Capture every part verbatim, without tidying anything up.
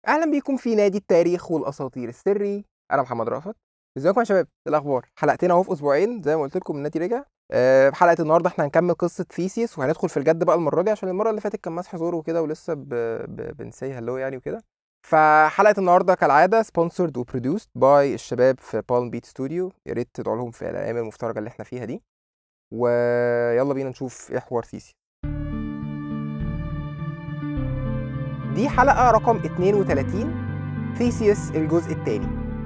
اهلا بيكم في نادي التاريخ والاساطير السري. انا محمد رأفت. ازيكم يا شباب؟ إيه الاخبار؟ حلقتين اهو في اسبوعين زي ما قلت لكم النادي رجع. أه في حلقه النهارده احنا هنكمل قصه ثيسيس وهندخل في الجد بقى المره دي، عشان المره اللي فاتت كان مسح زور وكده ولسه ب... ب... بنسي هلو يعني وكده. فحلقه النهارده كالعاده سبونسرد وبروديوسد باي الشباب في بالم بيت ستوديو. يا ريت تدعوا لهم في الايام المفترجه اللي احنا فيها دي، ويلا بينا نشوف ايه حوار ثيسيس. دي حلقه رقم اتنين وتلاتين، ثيسيس الجزء الثاني.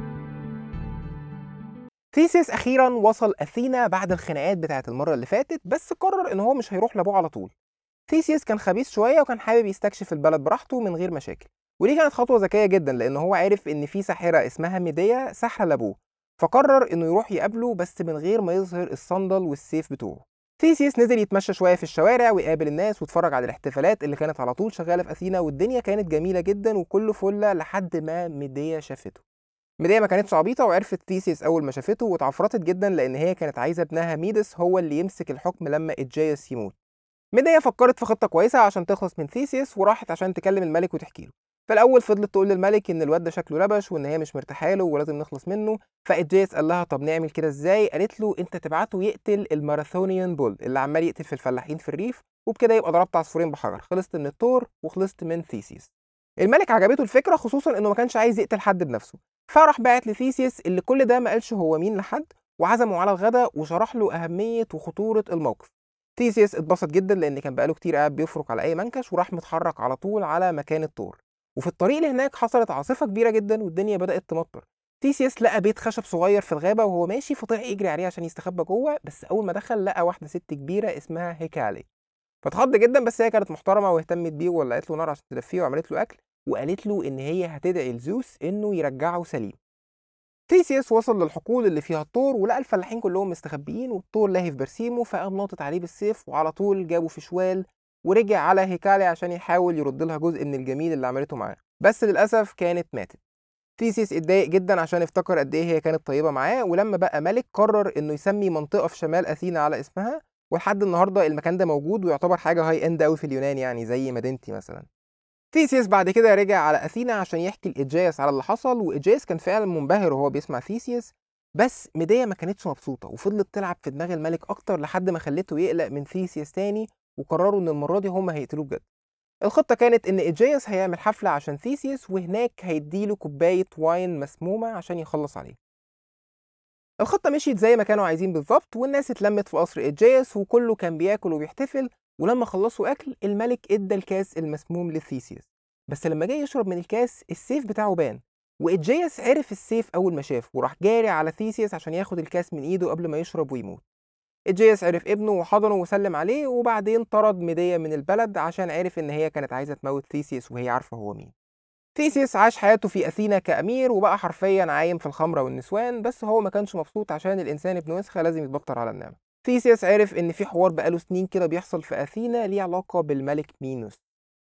ثيسيس اخيرا وصل اثينا بعد الخناقات بتاعه المره اللي فاتت، بس قرر ان هو مش هيروح لابوه على طول. ثيسيس كان خبيث شويه وكان حابب يستكشف البلد براحته من غير مشاكل، ودي كانت خطوه ذكيه جدا لان هو عارف ان في ساحره اسمها ميديا ساحره لابوه، فقرر انه يروح يقابله بس من غير ما يظهر الصندل والسيف بتوعه. ثيسيس نزل يتمشى شويه في الشوارع ويقابل الناس واتفرج على الاحتفالات اللي كانت على طول شغاله في اثينا، والدنيا كانت جميله جدا وكله فله لحد ما ميديا شافته. ميديا ما كانتش عبيطه وعرفت ثيسيس اول ما شافته واتعفرتت جدا لان هي كانت عايزه ابنها ميدس هو اللي يمسك الحكم لما إيجايوس يموت. ميديا فكرت في خطه كويسه عشان تخلص من ثيسيس وراحت عشان تكلم الملك وتحكي له. فالاول فضلت تقول للملك ان الواد ده شكله لبش وان هي مش مرتاحه له ولازم نخلص منه. فإيجايوس قال لها طب نعمل كده ازاي؟ قالت له انت تبعته يقتل الماراثونيان بول اللي عمال يقتل في الفلاحين في الريف، وبكده يبقى ضربت عصفورين بحجر، خلصت من الثور وخلصت من ثيسيس. الملك عجبته الفكره، خصوصا انه ما كانش عايز يقتل حد بنفسه، فراح بعت لثيسيس اللي كل ده ما قالش هو مين لحد، وعزمه على الغداء وشرح له اهميه وخطوره الموقف. ثيسيس اتبسط جدا لان كان بقاله كتير قاعد بيفرك على اي منكش، وراح متحرك على طول على مكان الثور. وفي الطريق لهناك حصلت عاصفه كبيره جدا والدنيا بدات تمطر. ثيسيس لقى بيت خشب صغير في الغابه وهو ماشي، فطلع يجري عليه عشان يستخبى جوه، بس اول ما دخل لقى واحده ست كبيره اسمها هيكالي. فاتخض جدا، بس هي كانت محترمه واهتمت بيه وولعت له نار عشان تدفيه وعملت له اكل، وقالت له ان هي هتدعي لزوس انه يرجعه سليم. ثيسيوس وصل للحقول اللي فيها الطور ولقى الفلاحين كلهم مستخبيين والطور لاهي في برسيمه، فقام ناطط عليه بالسيف وعلى طول جابه في شوال، ورجع على هيكالي عشان يحاول يرد لها جزء من الجميل اللي عملته معاه، بس للاسف كانت ماتت. ثيسيس اتضايق جدا عشان افتكر قد ايه هي كانت طيبه معاه، ولما بقى ملك قرر انه يسمي منطقه في شمال اثينا على اسمها، ولحد النهارده المكان ده موجود ويعتبر حاجه هاي اند قوي في اليونان، يعني زي مدينتي مثلا. ثيسيس بعد كده رجع على اثينا عشان يحكي لإيجايوس على اللي حصل، وإيجايوس كان فعلا منبهر وهو بيسمع ثيسيس. بس ميديا ما كانتش مبسوطه وفضلت تلعب في دماغ الملك اكتر لحد ما خلته يقلق من ثيسيس تاني، وقرروا ان المره دي هم هيقتلوه بجد. الخطه كانت ان إيجايوس هيعمل حفله عشان ثيسيس، وهناك هيديله كوبايه واين مسمومه عشان يخلص عليه. الخطه مشيت زي ما كانوا عايزين بالظبط، والناس اتلمت في قصر إيجايوس وكله كان بياكل وبيحتفل، ولما خلصوا اكل الملك ادى الكاس المسموم لثيسيس. بس لما جاي يشرب من الكاس السيف بتاعه بان، وإيجايوس عرف السيف اول ما شاف وراح جاري على ثيسيس عشان ياخد الكاس من ايده قبل ما يشرب ويموت. إيجايوس عرف ابنه وحضنه وسلم عليه، وبعدين طرد ميديا من البلد عشان عرف ان هي كانت عايزه تموت ثيسيس وهي عارفه هو مين. ثيسيس عاش حياته في أثينا كأمير وبقى حرفيا عايم في الخمرة والنسوان، بس هو ما كانش مبسوط عشان الإنسان ابن وسخة لازم يتبطر على النعمة. ثيسيس عرف إن في حوار بقاله سنين كده بيحصل في أثينا ليه علاقة بالملك مينوس.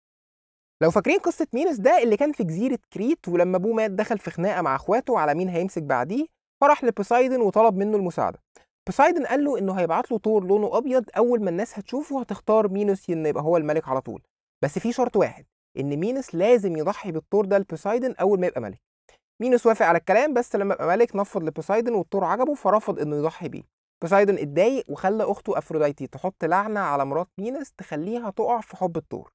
لو فاكرين قصة مينوس ده اللي كان في جزيرة كريت، ولما أبوه مات دخل في خناقة مع إخواته على مين هيمسك بعديه، فراح لبوسايدن وطلب منه المساعدة. بوسايدن قال له إنه هيبعت له طور لونه أبيض، أول ما الناس هتشوفه هتختار مينوس إنه يبقى هو الملك على طول، بس في شرط واحد، ان مينوس لازم يضحي بالطور ده لبوسايدن اول ما يبقى ملك. مينوس وافق على الكلام، بس لما يبقى ملك نفض لبوسايدن والطور عجبه فرفض انه يضحي بيه. بوسايدن اتضايق وخلى اخته افروديتي تحط لعنه على مرات مينوس تخليها تقع في حب الطور.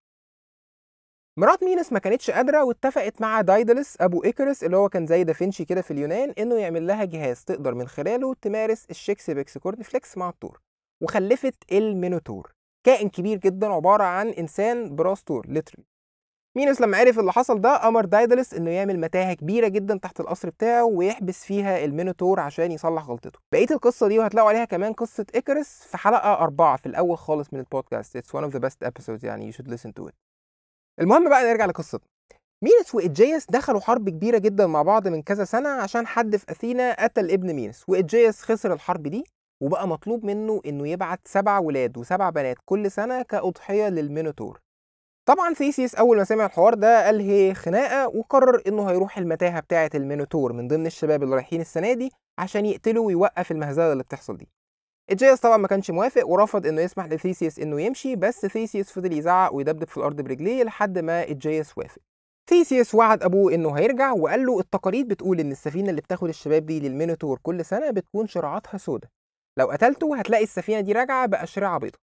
مرات مينوس ما كانتش قادره واتفقت مع دايدالس ابو ايكارس اللي هو كان زي دافنشي كده في اليونان انه يعمل لها جهاز تقدر من خلاله تمارس الشيكس بيكس كورنفليكس مع الطور، وخلفت المينوتور، كائن كبير جدا عباره عن انسان براس طور ليترلي. مينوس لما عرف اللي حصل ده امر دايدالس انه يعمل متاهه كبيره جدا تحت القصر بتاعه ويحبس فيها المينوتور عشان يصلح غلطته. بقيه القصه دي وهتلاقوا عليها كمان قصه إيكارس في حلقه أربعة في الاول خالص من البودكاست. It's one of the best episodes يعني you should listen to it. المهم بقى نرجع لقصتنا. مينوس وإيجايوس دخلوا حرب كبيره جدا مع بعض من كذا سنه عشان حد في اثينا قتل ابن مينوس، وإيجايوس خسر الحرب دي وبقى مطلوب منه انه يبعت سبع ولاد وسبع بنات كل سنه كأضحيه للمينوتور. طبعا ثيسيس اول ما سمع الحوار ده قال هي خناقه، وقرر انه هيروح المتاهه بتاعه المينوتور من ضمن الشباب اللي رايحين السنه دي عشان يقتله ويوقف المهزله اللي بتحصل دي. إيجايوس طبعا ما كانش موافق ورفض انه يسمح لثيسيس انه يمشي، بس ثيسيس فضل يزعق ويدبدب في الارض برجليه لحد ما إيجايوس وافق. ثيسيوس وعد ابوه انه هيرجع وقال له التقاليد بتقول ان السفينه اللي بتاخد الشباب دي للمينوتور كل سنه بتكون شراعاتها سودة، لو قتلته هتلاقي السفينه دي راجعه باشرعه بيضاء.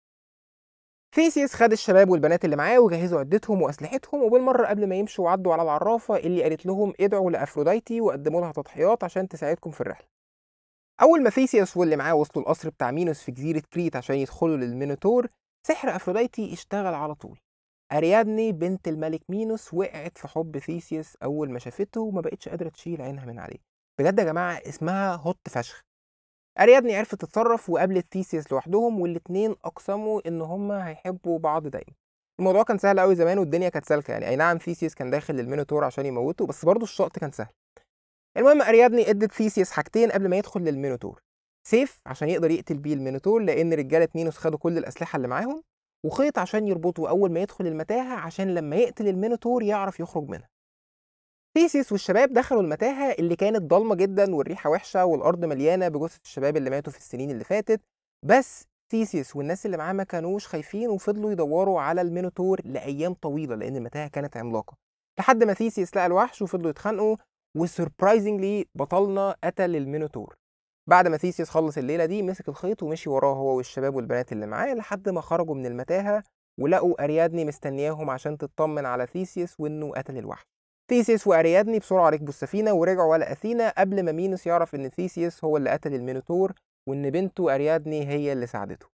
ثيسيوس خد الشباب والبنات اللي معاه وجهزوا عدتهم واسلحتهم، وبالمره قبل ما يمشوا عدوا على العرافه اللي قالت لهم ادعوا لافروديتي وقدموا لها تضحيات عشان تساعدكم في الرحله. اول ما ثيسيوس واللي معاه وصلوا القصر بتاع مينوس في جزيره كريت عشان يدخلوا للمينوتور، سحر افروديتي اشتغل على طول. اريادني بنت الملك مينوس وقعت في حب ثيسيوس اول ما شافته وما بقتش قادره تشيل عينها من عليه. بجد يا جماعه اسمها هوت فشخ. اريادني عرفت تتصرف وقابلت ثيسيوس لوحدهم، والاتنين اقسموا ان هما هيحبوا بعض دايما. الموضوع كان سهل قوي زمان والدنيا كانت سالكه، يعني اي نعم ثيسيوس كان داخل للمينوتور عشان يموته بس برضه الشط كان سهل. المهم اريادني ادت ثيسيوس حاجتين قبل ما يدخل للمينوتور: سيف عشان يقدر يقتل بيه المينوتور لان رجاله مينوس خدوا كل الاسلحه اللي معاهم، وخيط عشان يربطه اول ما يدخل المتاهه عشان لما يقتل المينوتور يعرف يخرج منها. ثيسيوس والشباب دخلوا المتاهه اللي كانت ضلمه جدا والريحه وحشه والارض مليانه بجثث الشباب اللي ماتوا في السنين اللي فاتت، بس ثيسيوس والناس اللي معاه ما كانوش خايفين وفضلوا يدوروا على المينوتور لايام طويله لان المتاهه كانت عملاقه، لحد ما ثيسيوس لقى الوحش وفضلوا يتخانقوا، وسربرايزنجلي بطلنا قتل المينوتور. بعد ما ثيسيوس خلص الليله دي مسك الخيط ومشي وراه هو والشباب والبنات اللي معاه لحد ما خرجوا من المتاهه ولقوا اريادني مستنياهم عشان تطمن على ثيسيوس وانه قتل الوحش. ثيسيوس واريادني بسرعه ركبوا السفينه ورجعوا على اثينا قبل ما مينوس يعرف ان ثيسيوس هو اللي قتل المينوتور وان بنته اريادني هي اللي ساعدته.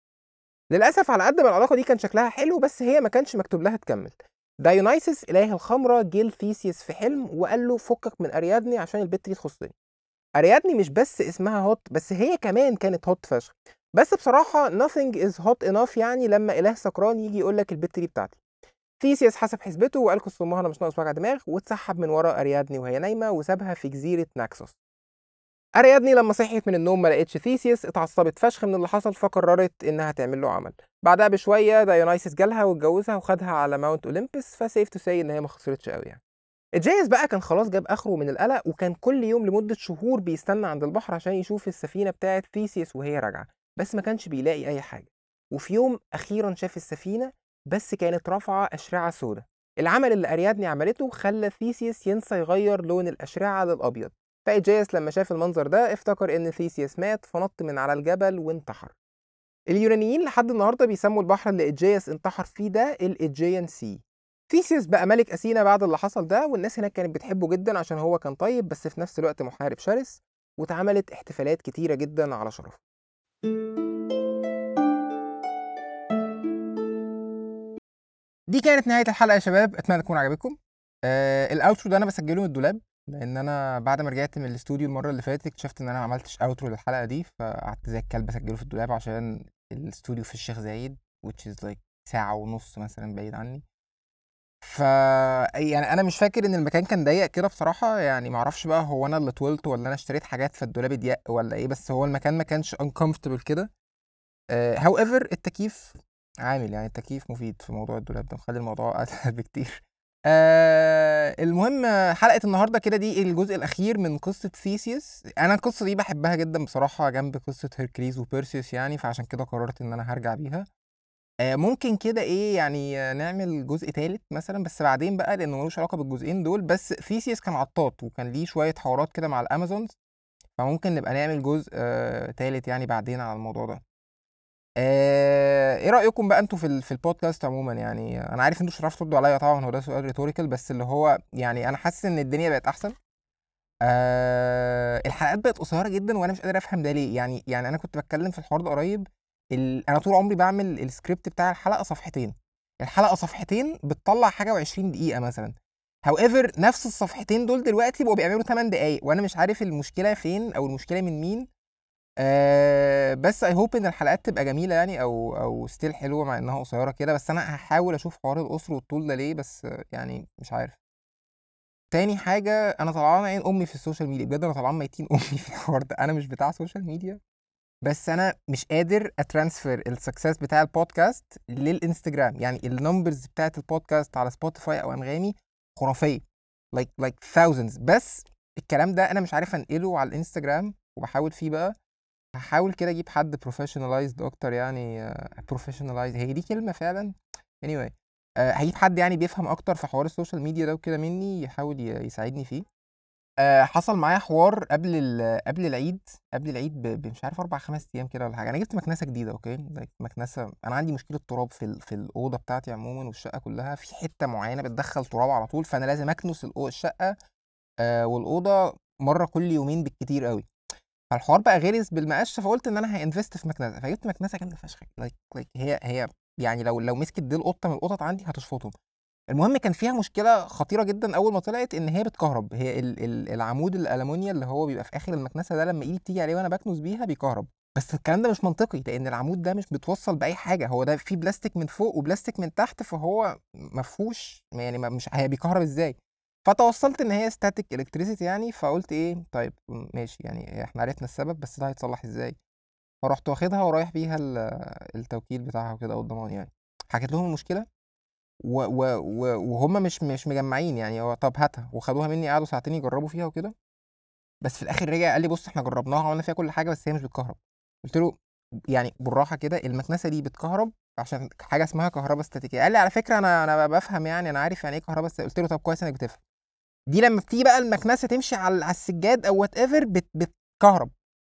للاسف على قد ما العلاقه دي كان شكلها حلو بس هي ما كانش مكتوب لها تكمل. دايونايسس اله الخمره جه لثيسيوس في حلم وقال له فكك من اريادني عشان البت دي تخصني. اريادني مش بس اسمها هوت بس هي كمان كانت هوت فشخ، بس بصراحه nothing is hot enough يعني لما اله سكران يجي يقول لك البت دي بتاعتي. ثيسيوس حسب حسبته وقال قص امها انا مش ناقص وجع دماغ واتسحب من ورا اريادني وهي نايمه وسابها في جزيره ناكسوس. اريادني لما صحيت من النوم ما لقيتش ثيسيوس، اتعصبت فشخ من اللي حصل فقررت انها تعمل له عمل. بعدها بشويه دايونايسس جالها واتجوزها وخدها على ماونت اولمبس، فسيف تو سي ان هي ما خسرتش قوي يعني. الجايز بقى كان خلاص جاب اخره من القلق وكان كل يوم لمده شهور بيستنى عند البحر عشان يشوف السفينه بتاعه ثيسيوس وهي راجعه، بس ما كانش بيلاقي اي حاجه. وفي يوم اخيرا شاف السفينه بس كانت رافعه اشرعه سوداء. العمل اللي اريادني عملته خلى ثيسيوس ينسى يغير لون الاشرعه للابيض، فايجايس لما شاف المنظر ده افتكر ان ثيسيوس مات فنط من على الجبل وانتحر. اليونانيين لحد النهارده بيسموا البحر اللي ايجايس انتحر فيه ده الايجيان سي. ثيسيوس بقى ملك اثينا بعد اللي حصل ده، والناس هناك كانت بتحبه جدا عشان هو كان طيب بس في نفس الوقت محارب شرس، واتعملت احتفالات كتيره جدا على شرفه. دي كانت نهايه الحلقه يا شباب، اتمنى تكون عجبتكم. آه الاوترو ده انا بسجله من الدولاب لان انا بعد ما رجعت من الاستوديو المره اللي فاتت اكتشفت ان انا ما عملتش اوترو للحلقه دي، فقعدت زي الكلب اسجله في الدولاب عشان الاستوديو في الشيخ زايد which is like ساعه ونص مثلا بعيد عني. ف يعني انا مش فاكر ان المكان كان ضيق كده بصراحه، يعني ما اعرفش بقى هو انا اللي طولت ولا انا اشتريت حاجات فالدولاب ضيق ولا ايه، بس هو المكان ما كانش uncomfortable كده. uh, however التكييف عامل، يعني التكييف مفيد في موضوع الدولاب ده، مخلي الموضوع اسهل بكتير. آه المهم حلقه النهارده كده دي الجزء الاخير من قصه ثيسيوس. انا القصه دي بحبها جدا بصراحه جنب قصه هيركليز وبيرسيوس يعني، فعشان كده قررت ان انا هرجع بيها. آه ممكن كده ايه يعني آه، نعمل جزء تالت مثلا بس بعدين بقى لانه ملوش علاقه بالجزئين دول، بس ثيسيوس كان عطاط وكان ليه شويه حوارات كده مع الامازونز، فممكن نبقى نعمل جزء آه تالت يعني بعدين على الموضوع ده. آه ايه رايكم بقى انتوا في ال- في البودكاست عموما؟ يعني انا عارف انتوا مش هتعرفوا تردوا عليا طبعا، هو ده سؤال ريتوريكال، بس اللي هو يعني انا حاسس ان الدنيا بقت احسن. آه الحلقات بقت قصيره جدا وانا مش قادر افهم ده ليه، يعني يعني انا كنت بتكلم في الحوار ده قريب. ال... انا طول عمري بعمل السكريبت بتاع الحلقه صفحتين، الحلقه صفحتين بتطلع حاجه و20 دقيقه مثلا. however نفس الصفحتين دول دلوقتي بقوا بيعملوا ثماني دقايق وانا مش عارف المشكله فين او المشكله من مين. آه بس اي هوب ان الحلقات تبقى جميله يعني او او ستيل حلوه مع انها قصيره كده، بس انا هحاول اشوف حوار القصر والطول ده ليه، بس آه، يعني مش عارف. تاني حاجه انا طلعان عين امي في السوشيال ميديا، بجد انا طلعان ميتين امي في الحوار ده، انا مش بتاع سوشيال ميديا بس انا مش قادر اترانسفير السكسس بتاع البودكاست للانستجرام، يعني النمبرز بتاعت البودكاست على سبوتيفاي او انغامي خرافيه like like thousands، بس الكلام ده انا مش عارف انقله على الانستجرام وبحاول فيه بقى. هحاول كده اجيب حد بروفيشنالايزد اكتر يعني بروفيشنالايزد هي دي كلمه فعلا. anyway آه، هجيب حد يعني بيفهم اكتر في حوار السوشيال ميديا ده وكده مني، يحاول ي- يساعدني فيه. آه، حصل معايا حوار قبل ال- قبل العيد قبل العيد ب- ب- مش عارف اربع خمس ايام كده ولا حاجه. انا جبت مكنسه جديده، اوكي، like مكنسه. انا عندي مشكله تراب في ال- في الاوضه بتاعتي عموما، والشقه كلها في حته معينه بتدخل تراب على طول، فانا لازم اكنس الأو- الشقه آه، والاوضه مره كل يومين بالكتير قوي. فالحوار بقى غلس بالمقشه، فقلت ان انا هانفست في مكنسه، فجبت مكنسه جامده فشخ. لايك لايك هي هي يعني لو لو مسكت ديل قطه من القطط عندي هتشفطهم. المهم كان فيها مشكله خطيره جدا اول ما طلعت، ان هي بتكهرب. هي ال ال العمود الالومنيا اللي هو بيبقى في اخر المكنسه ده، لما ايدي بتيجي عليه وانا بكنس بيها بيكهرب. بس الكلام ده مش منطقي، لان العمود ده مش بيتوصل باي حاجه، هو ده فيه بلاستيك من فوق وبلاستيك من تحت، فهو مفهوش يعني ما- مش هي بيكهرب ازاي. فتوصلت ان هي ستاتيك الكتريسيتي يعني. فقلت ايه، طيب ماشي يعني احنا عرفنا السبب، بس ده هيتصلح ازاي؟ فرحت واخدها ورايح بيها ال- التوكيل بتاعها وكده او الضمان يعني. حكيت لهم المشكله و و و وهم مش مش مجمعين يعني. هو طب هاتها، وخدوها مني قعدوا ساعتين يجربوا فيها وكده. بس في الاخر رجع قال لي بص احنا جربناها وعملنا فيها كل حاجه، بس هي مش بتكهرب. قلت له يعني بالراحه كده، المكنسه دي بتكهرب عشان حاجه اسمها كهرباء استاتيكيه. قال لي على فكره انا انا بفهم يعني، انا عارف يعني ايه كهرباء استاتيكيه. قلت له طب كويس انك بتفهم. دي لما بتيجي بقى المكنسه تمشي على على السجاد او وات ايفر بت بتكهرب.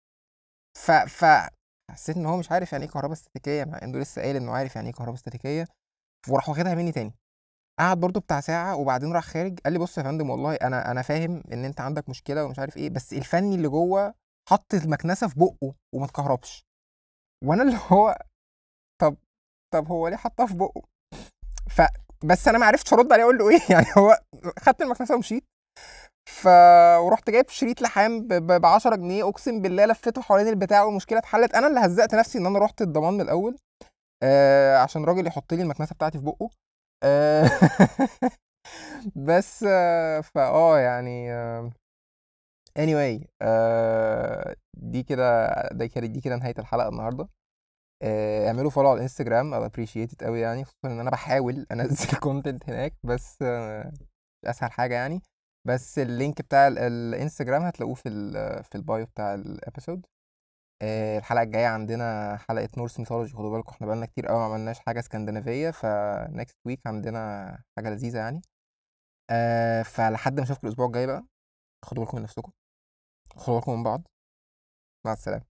ف ف حسيت ان هو مش عارف يعني ايه كهرباء استاتيكيه، مع انه لسه قايل انه عارف يعني ايه كهرباء استاتيكيه. وراح واخدها مني تاني. قعد برضه بتاع ساعة وبعدين راح خارج قال لي بص يا فندم، والله انا انا فاهم ان انت عندك مشكلة ومش عارف ايه، بس الفني اللي جوه حط المكنسة في بقه وما اتكهربش. وانا اللي هو طب طب هو ليه حطها في بقه؟ ف بس انا ما عرفتش ارد عليه اقول له ايه يعني. هو خدت المكنسة ومشيت. ف ورحت جايب شريط لحام ب عشرة جنيه، اقسم بالله لفيته حوالين البتاع والمشكلة اتحلت. انا اللي هزقت نفسي ان انا رحت الضمان من الاول آه عشان الراجل يحط لي المكنسة بتاعتي في بقه. آه بس آه، فاه يعني آه، anyway آه، دي كده دي كده دي كده نهاية الحلقة النهاردة. آه، اعملوا فولو على الانستجرام I appreciate it قوي يعني، خصوصا ان انا بحاول انزل كونتنت هناك، بس آه، مش اسهل حاجة يعني. بس اللينك بتاع ال- الانستجرام هتلاقوه في ال في البايو بتاع الابيسود. آه، الحلقة الجاية عندنا حلقة نورس ميثولوجي. خدوا بالكم احنا بقالنا كتير قوي ما عملناش حاجة اسكندنافية، فنكست ويك عندنا حاجة لذيذة يعني. آه، فلحد ما اشوفكم الاسبوع الجاي بقى، خدوا بالكم من نفسكم، خدوا بالكم من بعض. مع السلامة.